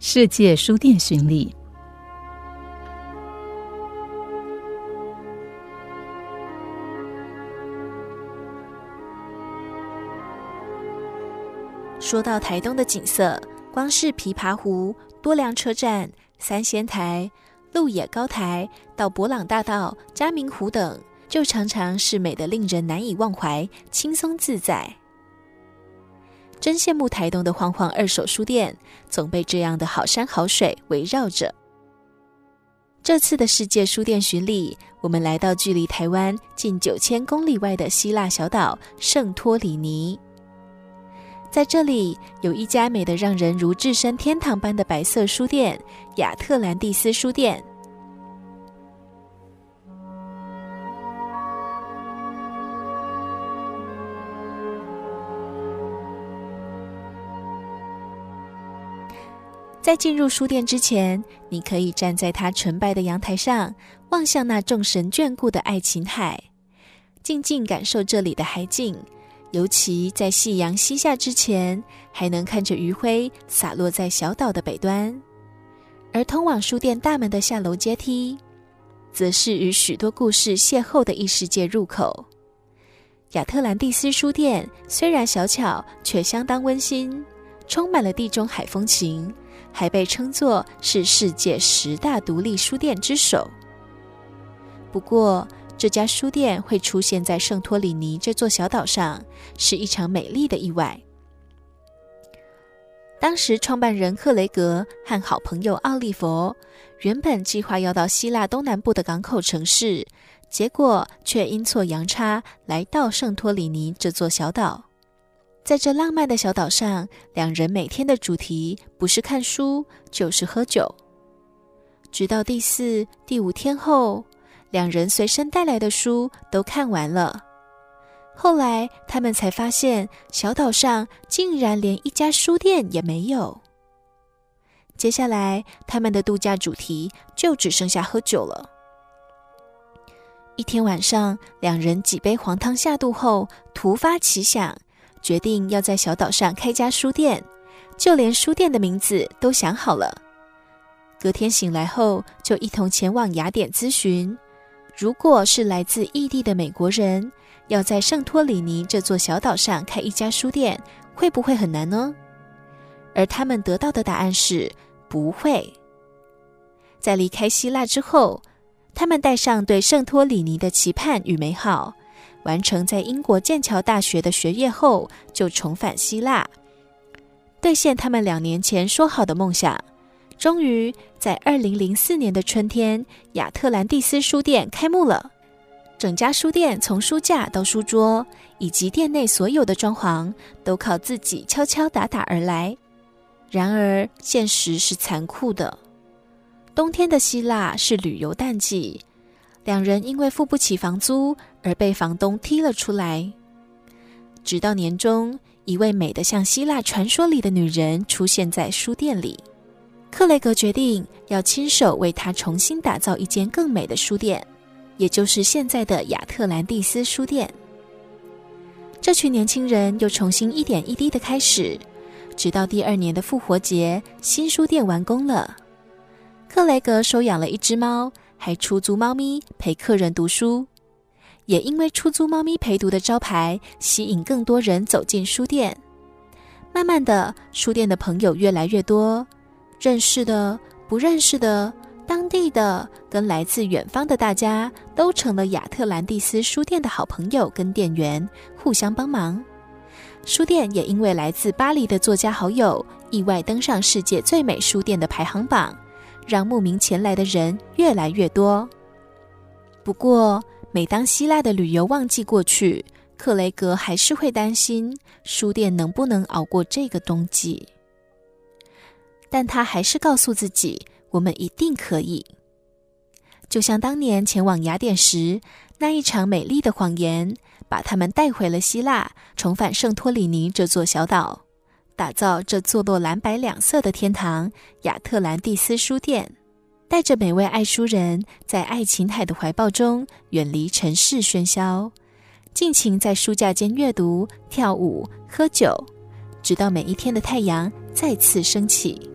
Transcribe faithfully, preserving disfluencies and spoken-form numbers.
世界书店巡礼。 说到台东的景色，光是琵琶湖、多良车站、三仙台、鹿野高台到伯朗大道、嘉明湖等，就常常是美得令人难以忘怀，轻松自在。真羡慕台东的晃晃二手书店，总被这样的好山好水围绕着。这次的世界书店巡礼，我们来到距离台湾近九千公里外的希腊小岛圣托里尼。在这里有一家美得让人如置身天堂般的白色书店——亚特兰蒂斯书店。在进入书店之前，你可以站在它纯白的阳台上，望向那众神眷顾的爱琴海，静静感受这里的海景。尤其在夕阳西下之前，还能看着余晖洒落在小岛的北端。而通往书店大门的下楼阶梯，则是与许多故事邂逅的异世界入口。亚特兰蒂斯书店虽然小巧，却相当温馨，充满了地中海风情，还被称作是世界十大独立书店之首。不过，这家书店会出现在圣托里尼这座小岛上，是一场美丽的意外。当时创办人克雷格和好朋友奥利佛原本计划要到希腊东南部的港口城市，结果却阴错阳差来到圣托里尼这座小岛。在这浪漫的小岛上，两人每天的主题不是看书，就是喝酒。直到第四、第五天后，两人随身带来的书都看完了。后来他们才发现，小岛上竟然连一家书店也没有。接下来他们的度假主题就只剩下喝酒了。一天晚上，两人几杯黄汤下肚后，突发奇想，决定要在小岛上开家书店，就连书店的名字都想好了。隔天醒来后，就一同前往雅典咨询，如果是来自异地的美国人，要在圣托里尼这座小岛上开一家书店，会不会很难呢？而他们得到的答案是不会。在离开希腊之后，他们带上对圣托里尼的期盼与美好，完成在英国剑桥大学的学业后，就重返希腊，兑现他们两年前说好的梦想。终于在二零零四年的春天，亚特兰蒂斯书店开幕了。整家书店从书架到书桌，以及店内所有的装潢，都靠自己敲敲打打而来。然而现实是残酷的，冬天的希腊是旅游淡季，两人因为付不起房租而被房东踢了出来。直到年中，一位美得像希腊传说里的女人出现在书店里，克雷格决定要亲手为她重新打造一间更美的书店，也就是现在的亚特兰蒂斯书店。这群年轻人又重新一点一滴的开始，直到第二年的复活节，新书店完工了。克雷格收养了一只猫，还出租猫咪陪客人读书。也因为出租猫咪陪读的招牌，吸引更多人走进书店。慢慢的，书店的朋友越来越多，认识的、不认识的、当地的跟来自远方的大家，都成了亚特兰蒂斯书店的好朋友跟店员，互相帮忙。书店也因为来自巴黎的作家好友，意外登上世界最美书店的排行榜，让慕名前来的人越来越多。不过，每当希腊的旅游旺季过去，克雷格还是会担心书店能不能熬过这个冬季。但他还是告诉自己，我们一定可以。就像当年前往雅典时，那一场美丽的谎言，把他们带回了希腊，重返圣托里尼这座小岛，打造这坐落蓝白两色的天堂——亚特兰蒂斯书店，带着每位爱书人在爱琴海的怀抱中，远离尘世喧嚣，尽情在书架间阅读、跳舞、喝酒，直到每一天的太阳再次升起。